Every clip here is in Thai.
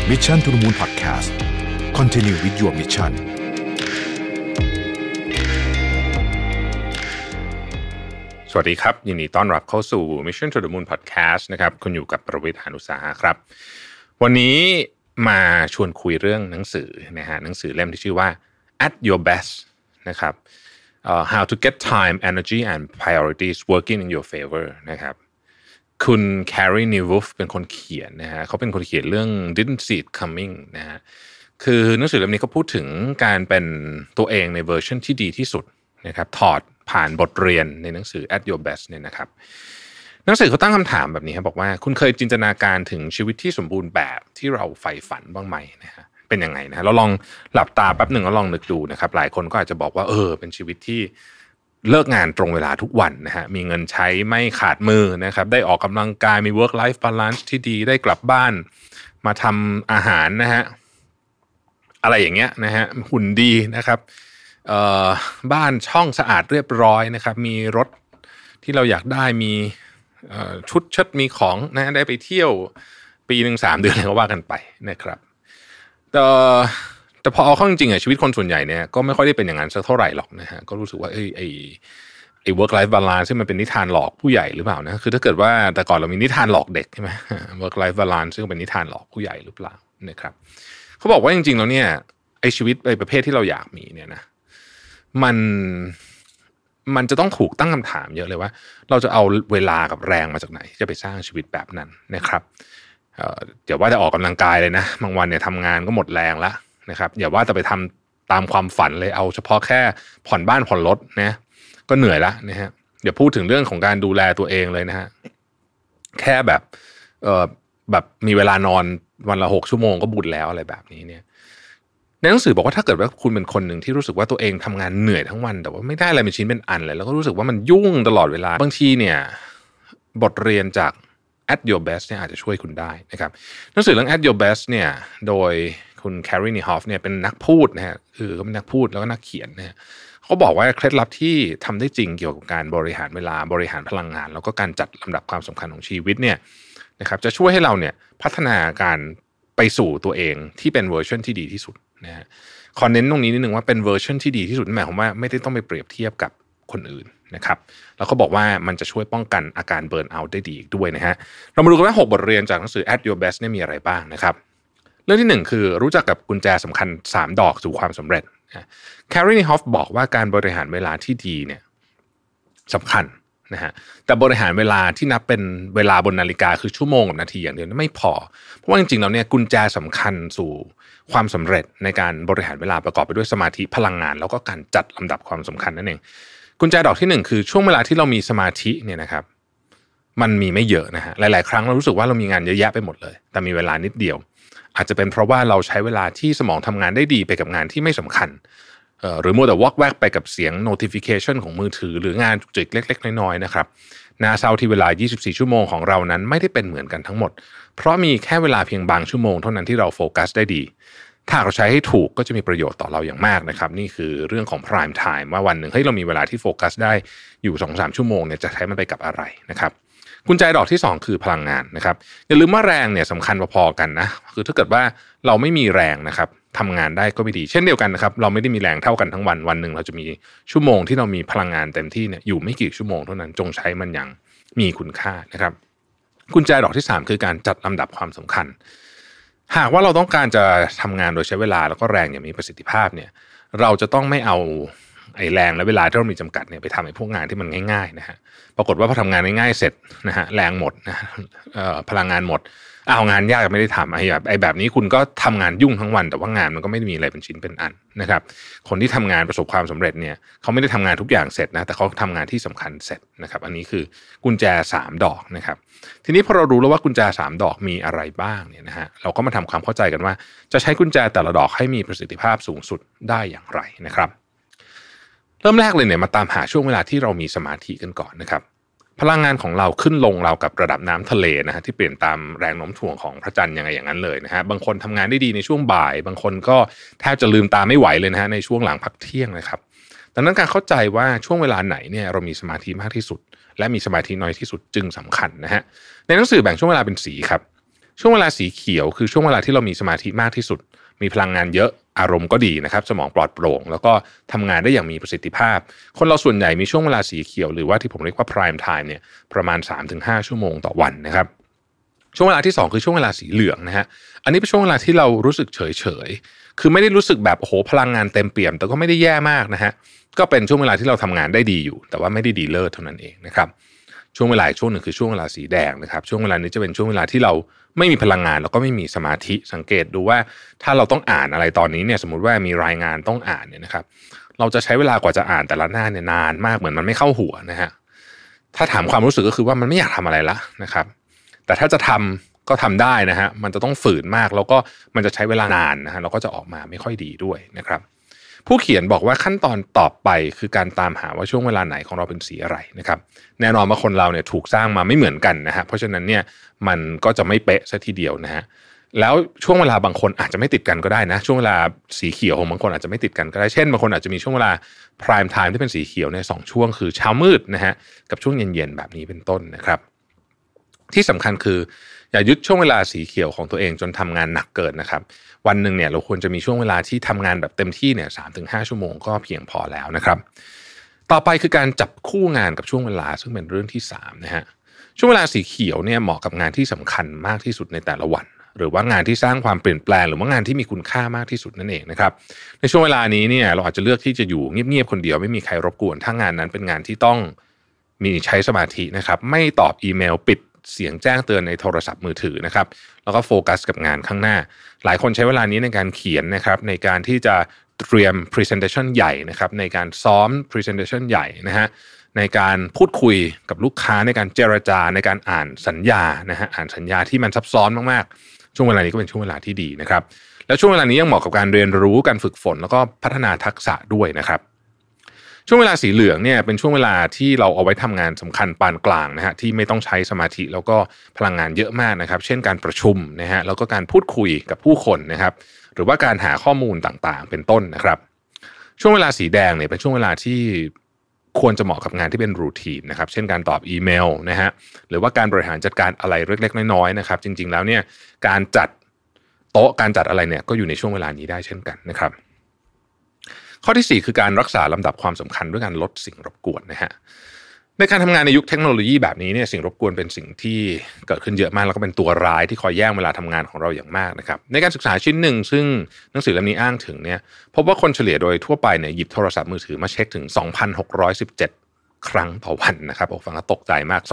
Mission to the Moon Podcast Continue with your mission สวัสดีครับยินดีต้อนรับเข้าสู่ Mission to the Moon Podcast นะครับคุณอยู่กับประวิตร หาญอุตสาหะครับวันนี้มาชวนคุยเรื่องหนังสือนะฮะหนังสือเล่มที่ชื่อว่า At Your Best นะครับ How to Get Time, Energy and Priorities Working in Your Favor นะครับคุณ Carey Nieuwhof เป็นคนเขียนนะฮะเขาเป็นคนเขียนเรื่อง Didn't See It Coming นะฮะคือหนังสือเล่มนี้เขาพูดถึงการเป็นตัวเองในเวอร์ชันที่ดีที่สุดนะครับถอดผ่านบทเรียนในหนังสือ At Your Best เนี่ยนะครับหนังสือเขาตั้งคำถามแบบนี้ครับบอกว่าคุณเคยจินตนาการถึงชีวิตที่สมบูรณ์แบบที่เราใฝ่ฝันบ้างไหมนะฮะเป็นยังไงนะเราลองหลับตาแป๊บหนึ่งแล้วลองนึกดูนะครับหลายคนก็อาจจะบอกว่าเป็นชีวิตที่เลิกงานตรงเวลาทุกวันนะฮะมีเงินใช้ไม่ขาดมือนะครับได้ออกกำลังกายมี work life balance ที่ดีได้กลับบ้านมาทำอาหารนะฮะอะไรอย่างเงี้ยนะฮะหุ่นดีนะครับบ้านช่องสะอาดเรียบร้อยนะครับมีรถที่เราอยากได้มีชุดเชิดมีของนะได้ไปเที่ยวปีนึง3 เดือนอะไรก็ว่ากันไปนะครับแต่พอเอาเข้าจริงๆชีวิตคนส่วนใหญ่เนี่ยก็ไม่ค่อยได้เป็นอย่างนั้นสักเท่าไหร่หรอกนะฮะก็รู้สึกว่าไอ้ work life balance ซึ่งมันเป็นนิทานหลอกผู้ใหญ่หรือเปล่านะคือถ้าเกิดว่าแต่ก่อนเรามีนิทานหลอกเด็กใช่ไหม work life balance ซึ่งเป็นนิทานหลอกผู้ใหญ่หรือเปล่านะครับเขาบอกว่าจริงๆแล้วเนี่ยไอ้ชีวิตไอ้ประเภทที่เราอยากมีเนี่ยนะมันจะต้องถูกตั้งคำถามเยอะเลยว่าเราจะเอาเวลากับแรงมาจากไหนจะไปสร้างชีวิตแบบนั้นนะครับเดี๋ยวว่าจะออกกำลังกายเลยนะบางวันเนี่ยทำงานก็หมดแรงแล้วนะครับอย่าว่าจะไปทำตามความฝันเลยเอาเฉพาะแค่ผ่อนบ้านผ่อนรถนะก็เหนื่อยละนะฮะอย่าพูดถึงเรื่องของการดูแลตัวเองเลยนะฮะแค่แบบมีเวลานอนวันละ6 ชั่วโมงก็บุญแล้วอะไรแบบนี้เนี่ยในหนังสือบอกว่าถ้าเกิดว่าคุณเป็นคนหนึ่งที่รู้สึกว่าตัวเองทำงานเหนื่อยทั้งวันแต่ว่าไม่ได้อะไรเป็นชิ้นเป็นอันเลยแล้วก็รู้สึกว่ามันยุ่งตลอดเวลาบางทีเนี่ยบทเรียนจาก At Your Best เนี่ยอาจจะช่วยคุณได้นะครับหนังสือเรื่อง At Your Best เนี่ยโดยคุณ Carey Nieuwhof เนี่ยเป็นนักพูดนะฮะคือเขาเป็นนักพูดแล้วก็นักเขียนนะฮะเขาบอกว่าเคล็ดลับที่ทำได้จริงเกี่ยวกับการบริหารเวลาบริหารพลังงานแล้วก็การจัดลำดับความสำคัญของชีวิตเนี่ยนะครับจะช่วยให้เราเนี่ยพัฒนาการไปสู่ตัวเองที่เป็นเวอร์ชันที่ดีที่สุดนะฮะขอเน้นตรงนี้นิดนึงว่าเป็นเวอร์ชันที่ดีที่สุดหมายความว่าไม่ได้ต้องไปเปรียบเทียบกับคนอื่นนะครับแล้วเขาบอกว่ามันจะช่วยป้องกันอาการเบิร์นเอาท์ได้ดีอีกด้วยนะฮะเรามาดูกันว่า6 บทเรียนจากหนังสือ At Your Best เนี่ยมีอะไรบ้างนะครับเรื่องที่1คือรู้จักกับกุญแจสำคัญ3 ดอกสู่ความสำเร็จCarey Nieuwhof บอกว่าการบริหารเวลาที่ดีเนี่ยสำคัญนะฮะแต่บริหารเวลาที่นับเป็นเวลาบนนาฬิกาคือชั่วโมงกับนาทีอย่างเดียวไม่พอเพราะว่าจริงๆแล้วเนี่ยกุญแจสำคัญสู่ความสำเร็จในการบริหารเวลาประกอบไปด้วยสมาธิพลังงานแล้วก็การจัดลำดับความสำคัญนั่นเองกุญแจดอกที่1คือช่วงเวลาที่เรามีสมาธิเนี่ยนะครับมันมีไม่เยอะนะฮะหลายๆครั้งเรารู้สึกว่าเรามีงานเยอะแยะไปหมดเลยแต่มีเวลานิดเดียวอาจจะเป็นเพราะว่าเราใช้เวลาที่สมองทำงานได้ดีไปกับงานที่ไม่สำคัญหรือมัวแต่วอกแวกไปกับเสียง notification ของมือถือหรืองานจุกจิกเล็กๆน้อยๆนะครับน่าเศร้าที่เวลา24 ชั่วโมงของเรานั้นไม่ได้เป็นเหมือนกันทั้งหมดเพราะมีแค่เวลาเพียงบางชั่วโมงเท่านั้นที่เราโฟกัสได้ดีถ้าเราใช้ให้ถูกก็จะมีประโยชน์ต่อเราอย่างมากนะครับนี่คือเรื่องของ prime time ว่าวันหนึ่งเรามีเวลาที่โฟกัสได้อยู่ 2-3 ชั่วโมงเนี่ยจะใช้มันไปกับอะไรนะครับกุญแจดอกที่2คือพลังงานนะครับอย่าลืมว่าแรงเนี่ยสำคัญพอๆกันนะคือถ้าเกิดว่าเราไม่มีแรงนะครับทำงานได้ก็ไม่ดีเช่นเดียวกันนะครับเราไม่ได้มีแรงเท่ากันทั้งวันวันหนึ่งเราจะมีชั่วโมงที่เรามีพลังงานเต็มที่เนี่ยอยู่ไม่กี่ชั่วโมงเท่านั้นจงใช้มันอย่างมีคุณค่านะครับกุญแจดอกที่3คือการจัดลำดับความสำคัญหากว่าเราต้องการจะทำงานโดยใช้เวลาแล้วก็แรงอย่างมีประสิทธิภาพเนี่ยเราจะต้องไม่เอาไอ้แรงและเวลาที่เรามีจำกัดเนี่ยไปทำไอ้พวกงานที่มันง่ายๆนะฮะปรากฏว่าพอทำงานง่ายๆเสร็จนะฮะแรงหมดนะพลังงานหมดเอางานยากไม่ได้ทำไอ้แบบนี้คุณก็ทำงานยุ่งทั้งวันแต่ว่างานมันก็ไม่ได้มีอะไรเป็นชิ้นเป็นอันนะครับคนที่ทำงานประสบความสำเร็จเนี่ยเขาไม่ได้ทำงานทุกอย่างเสร็จนะแต่เขาทำงานที่สำคัญเสร็จนะครับอันนี้คือกุญแจ3 ดอกนะครับทีนี้พอเรารู้แล้วว่ากุญแจ3 ดอกมีอะไรบ้างเนี่ยนะฮะเราก็มาทำความเข้าใจกันว่าจะใช้กุญแจแต่ละดอกให้มีประสิทธิภาพสูงสุดได้อย่างไรนะครับเริ่มแรกเลยเนี่ยมาตามหาช่วงเวลาที่เรามีสมาธิกันก่อนนะครับพลังงานของเราขึ้นลงราวกับระดับน้ำทะเลนะฮะที่เปลี่ยนตามแรงโน้มถ่วงของพระจันทร์ยังไงอย่างนั้นเลยนะฮะบางคนทำงานได้ดีในช่วงบ่ายบางคนก็แทบจะลืมตาไม่ไหวเลยนะฮะในช่วงหลังพักเที่ยงนะครับดังนั้นการเข้าใจว่าช่วงเวลาไหนเนี่ยเรามีสมาธิมากที่สุดและมีสมาธิน้อยที่สุดจึงสำคัญนะฮะในหนังสือแบ่งช่วงเวลาเป็นสีครับช่วงเวลาสีเขียวคือช่วงเวลาที่เรามีสมาธิมากที่สุดมีพลังงานเยอะอารมณ์ก็ดีนะครับสมองปลอดโปร่งแล้วก็ทำงานได้อย่างมีประสิทธิภาพคนเราส่วนใหญ่มีช่วงเวลาสีเขียวหรือว่าที่ผมเรียกว่า prime time เนี่ยประมาณ 3-5 ชั่วโมงต่อวันนะครับช่วงเวลาที่2คือช่วงเวลาสีเหลืองนะฮะอันนี้เป็นช่วงเวลาที่เรารู้สึกเฉยๆคือไม่ได้รู้สึกแบบโอ้โหพลังงานเต็มเปี่ยมแต่ก็ไม่ได้แย่มากนะฮะก็เป็นช่วงเวลาที่เราทำงานได้ดีอยู่แต่ว่าไม่ได้ดีเลิศเท่านั้นเองนะครับช่วงเวลาช่วงหนึ่งคือช่วงเวลาสีแดงนะครับช่วงเวลานี้จะเป็นช่วงเวลาที่เราไม่มีพลังงานแล้วก็ไม่มีสมาธิสังเกตดูว่าถ้าเราต้องอ่านอะไรตอนนี้เนี่ยสมมุติว่ามีรายงานต้องอ่านเนี่ยนะครับเราจะใช้เวลากว่าจะอ่านแต่ละหน้าเนี่ยนานมากเหมือนมันไม่เข้าหัวนะฮะถ้าถามความรู้สึกก็คือว่ามันไม่อยากทำอะไรละนะครับแต่ถ้าจะทำก็ทำได้นะฮะมันจะต้องฝืนมากแล้วก็มันจะใช้เวลานานนะฮะเราก็จะออกมาไม่ค่อยดีด้วยนะครับผู้เขียนบอกว่าขั้นตอนต่อไปคือการตามหาว่าช่วงเวลาไหนของเราเป็นสีอะไรนะครับแน่นอนว่าคนเราเนี่ยถูกสร้างมาไม่เหมือนกันนะฮะเพราะฉะนั้นเนี่ยมันก็จะไม่เป๊ะซะทีเดียวนะฮะแล้วช่วงเวลาบางคนอาจจะไม่ติดกันก็ได้นะช่วงเวลาสีเขียวของบางคนอาจจะไม่ติดกันก็ได้เช่นบางคนอาจจะมีช่วงเวลา prime time ที่เป็นสีเขียวใน2ช่วงคือเช้ามืดนะฮะกับช่วงเย็นๆแบบนี้เป็นต้นนะครับที่สำคัญคืออย่ายึดช่วงเวลาสีเขียวของตัวเองจนทำงานหนักเกินนะครับวันหนึ่งเนี่ยเราควรจะมีช่วงเวลาที่ทำงานแบบเต็มที่เนี่ย 3-5 ชั่วโมงก็เพียงพอแล้วนะครับต่อไปคือการจับคู่งานกับช่วงเวลาซึ่งเป็นเรื่องที่3นะฮะช่วงเวลาสีเขียวเนี่ยเหมาะกับงานที่สำคัญมากที่สุดในแต่ละวันหรือว่างานที่สร้างความเปลี่ยนแปลงหรือว่างานที่มีคุณค่ามากที่สุดนั่นเองนะครับในช่วงเวลานี้เนี่ยเราอาจจะเลือกที่จะอยู่เงียบๆคนเดียวไม่มีใครรบกวนถ้างานนั้นเป็นงานที่ต้องมีใช้สมาธินะครับไม่ตอบอีเมลปิดเสียงแจ้งเตือนในโทรศัพท์มือถือนะครับแล้วก็โฟกัสกับงานข้างหน้าหลายคนใช้เวลานี้ในการเขียนนะครับในการที่จะเตรียม presentation ใหญ่นะครับในการซ้อม presentation ใหญ่นะฮะในการพูดคุยกับลูกค้าในการเจรจาในการอ่านสัญญานะฮะอ่านสัญญาที่มันซับซ้อนมากๆช่วงเวลานี้ก็เป็นช่วงเวลาที่ดีนะครับแล้วช่วงเวลานี้ยังเหมาะกับการเรียนรู้การฝึกฝนแล้วก็พัฒนาทักษะด้วยนะครับช่วงเวลาสีเหลืองเนี่ยเป็นช่วงเวลาที่เราเอาไว้ทำงานสำคัญปานกลางนะฮะที่ไม่ต้องใช้สมาธิแล้วก็พลังงานเยอะมากนะครับเช่นการประชุมนะฮะแล้วก็การพูดคุยกับผู้คนนะครับหรือว่าการหาข้อมูลต่างๆเป็นต้นนะครับช่วงเวลาสีแดงเนี่ยเป็นช่วงเวลาที่ควรจะเหมาะกับงานที่เป็นรูทีนนะครับเช่นการตอบอีเมลนะฮะหรือว่าการบริหารจัดการอะไรเล็กๆน้อยๆนะครับจริงๆแล้วเนี่ยการจัดโต๊ะการจัดอะไรเนี่ยก็อยู่ในช่วงเวลานี้ได้เช่นกันนะครับข้อที่4คือการรักษาลำดับความสำคัญด้วยการลดสิ่งรบกวนนะฮะในการทำงานในยุคเทคโนโลยีแบบนี้เนี่ยสิ่งรบกวนเป็นสิ่งที่เกิดขึ้นเยอะมากแล้วก็เป็นตัวร้ายที่คอยแย่งเวลาทำงานของเราอย่างมากนะครับในการศึกษาชิ้นหนึ่งซึ่งหนังสือเล่มนี้อ้างถึงเนี่ยพบว่าคนเฉลี่ยโดยทั่วไปเนี่ยหยิบโทรศัพท์มือถือมาเช็คถึง 2,617 ครั้งต่อวันนะครับฟังแล้วตกใจมาก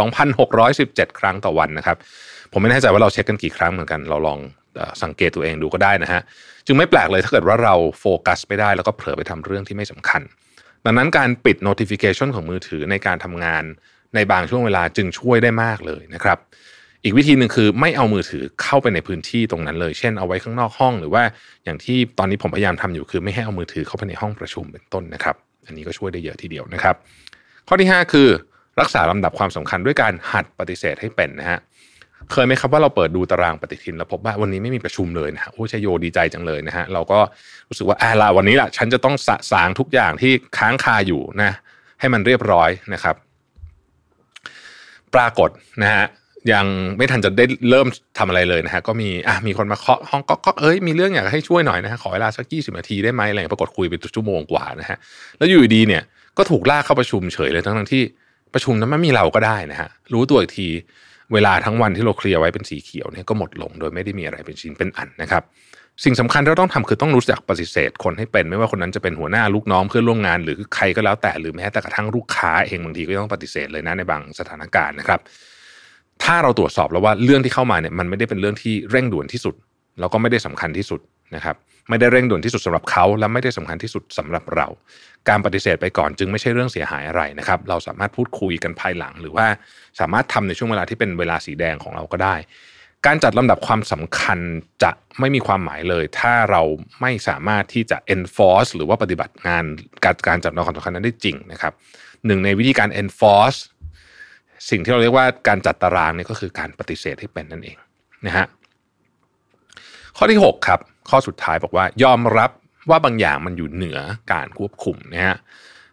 2,617 ครั้งต่อวันนะครับผมไม่แน่ใจว่าเราเช็คกันกี่ครั้งเหมือนกันเราลองสังเกตตัวเองดูก็ได้นะฮะจึงไม่แปลกเลยถ้าเกิดว่าเราโฟกัสไม่ได้แล้วก็เผลอไปทำเรื่องที่ไม่สำคัญดังนั้นการปิด notification ของมือถือในการทำงานในบางช่วงเวลาจึงช่วยได้มากเลยนะครับอีกวิธีหนึ่งคือไม่เอามือถือเข้าไปในพื้นที่ตรงนั้นเลยเช่นเอาไว้ข้างนอกห้องหรือว่าอย่างที่ตอนนี้ผมพยายามทำอยู่คือไม่ให้เอามือถือเข้าไปในห้องประชุมเป็นต้นนะครับอันนี้ก็ช่วยได้เยอะทีเดียวนะครับข้อที่5คือรักษาลำดับความสำคัญด้วยการหัดปฏิเสธให้เป็นนะฮะเคยไหมครับว่าเราเปิดดูตารางปฏิทินแล้วพบว่าวันนี้ไม่มีประชุมเลยนะฮะโอ้ชัยโยดีใจจังเลยนะฮะเราก็รู้สึกว่าวันนี้แหละฉันจะต้องสะสางทุกอย่างที่ค้างคาอยู่นะให้มันเรียบร้อยนะครับปรากฏนะฮะยังไม่ทันจะได้เริ่มทำอะไรเลยนะฮะก็มีคนมาเคาะห้องก็มีเรื่องอยากให้ช่วยหน่อยนะฮะขอเวลาสัก20 นาทีได้ไหมอะไรปรากฏคุยไปชั่วโมงกว่านะฮะแล้วอยู่ดีเนี่ยก็ถูกลากเข้าประชุมเฉยเลยทั้งที่ประชุมนั้นไม่มีเราก็ได้นะฮะรู้ตัวอีกทีเวลาทั้งวันที่เราเคลียร์ไว้เป็นสีเขียวเนี่ยก็หมดลงโดยไม่ได้มีอะไรเป็นชิ้นเป็นอันนะครับสิ่งสำคัญที่เราต้องทำคือต้องรู้จักปฏิเสธคนให้เป็นไม่ว่าคนนั้นจะเป็นหัวหน้าลูกน้องเพื่อนร่วมงานหรือใครก็แล้วแต่หรือแม้แต่กระทั่งลูกค้าเองบางทีก็ต้องปฏิเสธเลยนะในบางสถานการณ์นะครับถ้าเราตรวจสอบแล้วว่าเรื่องที่เข้ามาเนี่ยมันไม่ได้เป็นเรื่องที่เร่งด่วนที่สุดแล้วก็ไม่ได้สำคัญที่สุดนะครับไม่ได้เร่งด่วนที่สุดสำหรับเขาและไม่ได้สำคัญที่สุดสำหรับเราการปฏิเสธไปก่อนจึงไม่ใช่เรื่องเสียหายอะไรนะครับเราสามารถพูดคุยกันภายหลังหรือว่าสามารถทำในช่วงเวลาที่เป็นเวลาสีแดงของเราก็ได้การจัดลำดับความสำคัญจะไม่มีความหมายเลยถ้าเราไม่สามารถที่จะ enforce หรือว่าปฏิบัติงานการจัดลำดับความสำคัญนั้นได้จริงนะครับหนึ่งในวิธีการ enforce สิ่งที่เราเรียกว่าการจัดตารางนี่ก็คือการปฏิเสธให้เป็นนั่นเองนะฮะข้อที่6ครับข้อสุดท้ายบอกว่ายอมรับว่าบางอย่างมันอยู่เหนือการควบคุมนะฮะ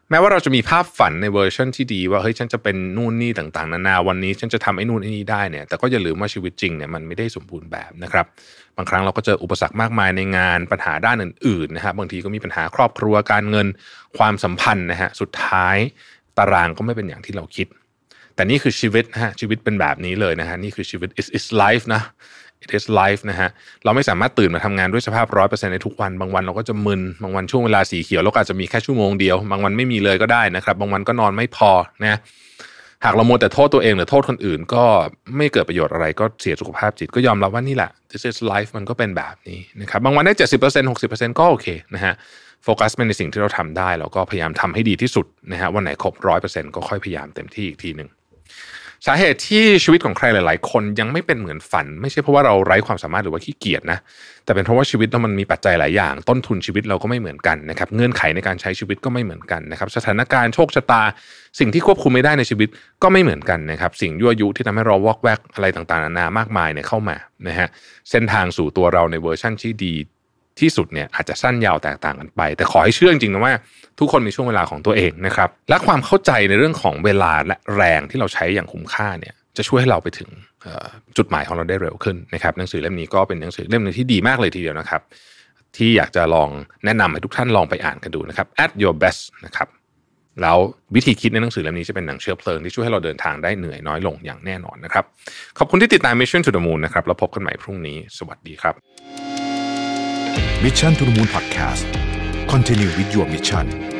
แม้ว่าเราจะมีภาพฝันในเวอร์ชันที่ดีว่าเฮ้ยฉันจะเป็นนู่นนี่ต่างๆนานาวันนี้ฉันจะทำไอ้นู่นไอ้นี่ได้เนี่ยแต่ก็อย่าลืมว่าชีวิตจริงเนี่ยมันไม่ได้สมบูรณ์แบบนะครับบางครั้งเราก็เจออุปสรรคมากมายในงานปัญหาด้านอื่นๆนะฮะบางทีก็มีปัญหาครอบครัวการเงินความสัมพันธ์นะฮะสุดท้ายตารางก็ไม่เป็นอย่างที่เราคิดแต่นี่คือชีวิตนะฮะชีวิตเป็นแบบนี้เลยนะฮะนี่คือชีวิต it's life นะ it is life นะฮะเราไม่สามารถตื่นมาทำงานด้วยสภาพ 100% ในทุกวันบางวันเราก็จะมึนบางวันช่วงเวลาสีเขียวเราก็อาจจะมีแค่ชั่วโมงเดียวบางวันไม่มีเลยก็ได้นะครับบางวันก็นอนไม่พอนะหากเรามัวแต่โทษตัวเองหรือโทษคนอื่นก็ไม่เกิดประโยชน์อะไรก็เสียสุขภาพจิตก็ยอมรับว่านี่แหละ this is life มันก็เป็นแบบนี้นะครับบางวันได้ 70% 60% ก็โอเคนะฮะโฟกัสในสิ่งที่เราทำได้แล้วก็พยายามทำให้ดีที่สุดนะฮะวันไหนครบ 100% ก็ค่อยพยายามเต็มที่อีกทีนึงสาเหตุที่ชีวิตของใครหลายๆคนยังไม่เป็นเหมือนฝันไม่ใช่เพราะว่าเราไร้ความสามารถหรือว่าขี้เกียจนะแต่เป็นเพราะว่าชีวิตเรามันมีปัจจัยหลายอย่างต้นทุนชีวิตเราก็ไม่เหมือนกันนะครับเงื่อนไขในการใช้ชีวิตก็ไม่เหมือนกันนะครับสถานการณ์โชคชะตาสิ่งที่ควบคุมไม่ได้ในชีวิตก็ไม่เหมือนกันนะครับสิ่งยั่วยุที่ทำให้เราวอกแวกอะไรต่างๆนานามากมายเนี่ยเข้ามานะฮะเส้นทางสู่ตัวเราในเวอร์ชั่นที่ดีที่สุดเนี่ยอาจจะสั้นยาวแตกต่างกันไปแต่ขอให้เชื่อจริงๆนะว่าทุกคนมีช่วงเวลาของตัวเองนะครับและความเข้าใจในเรื่องของเวลาและแรงที่เราใช้อย่างคุ้มค่าเนี่ยจะช่วยให้เราไปถึงจุดหมายของเราได้เร็วขึ้นนะครับหนังสือเล่มนี้ก็เป็นหนังสือเล่มนึงที่ดีมากเลยทีเดียวนะครับที่อยากจะลองแนะนำให้ทุกท่านลองไปอ่านกันดูนะครับ At Your Best นะครับแล้ววิธีคิดในหนังสือเล่มนี้จะเป็นหนังเชื้อเพลิงที่ช่วยให้เราเดินทางได้เหนื่อยน้อยลงอย่างแน่นอนนะครับขอบคุณที่ติดตาม Mission to the Moon นะครับแล้วพบกันใหม่พรุ่งนี้สวัสดีครับ Mission to the Moon Podcast Continue with your mission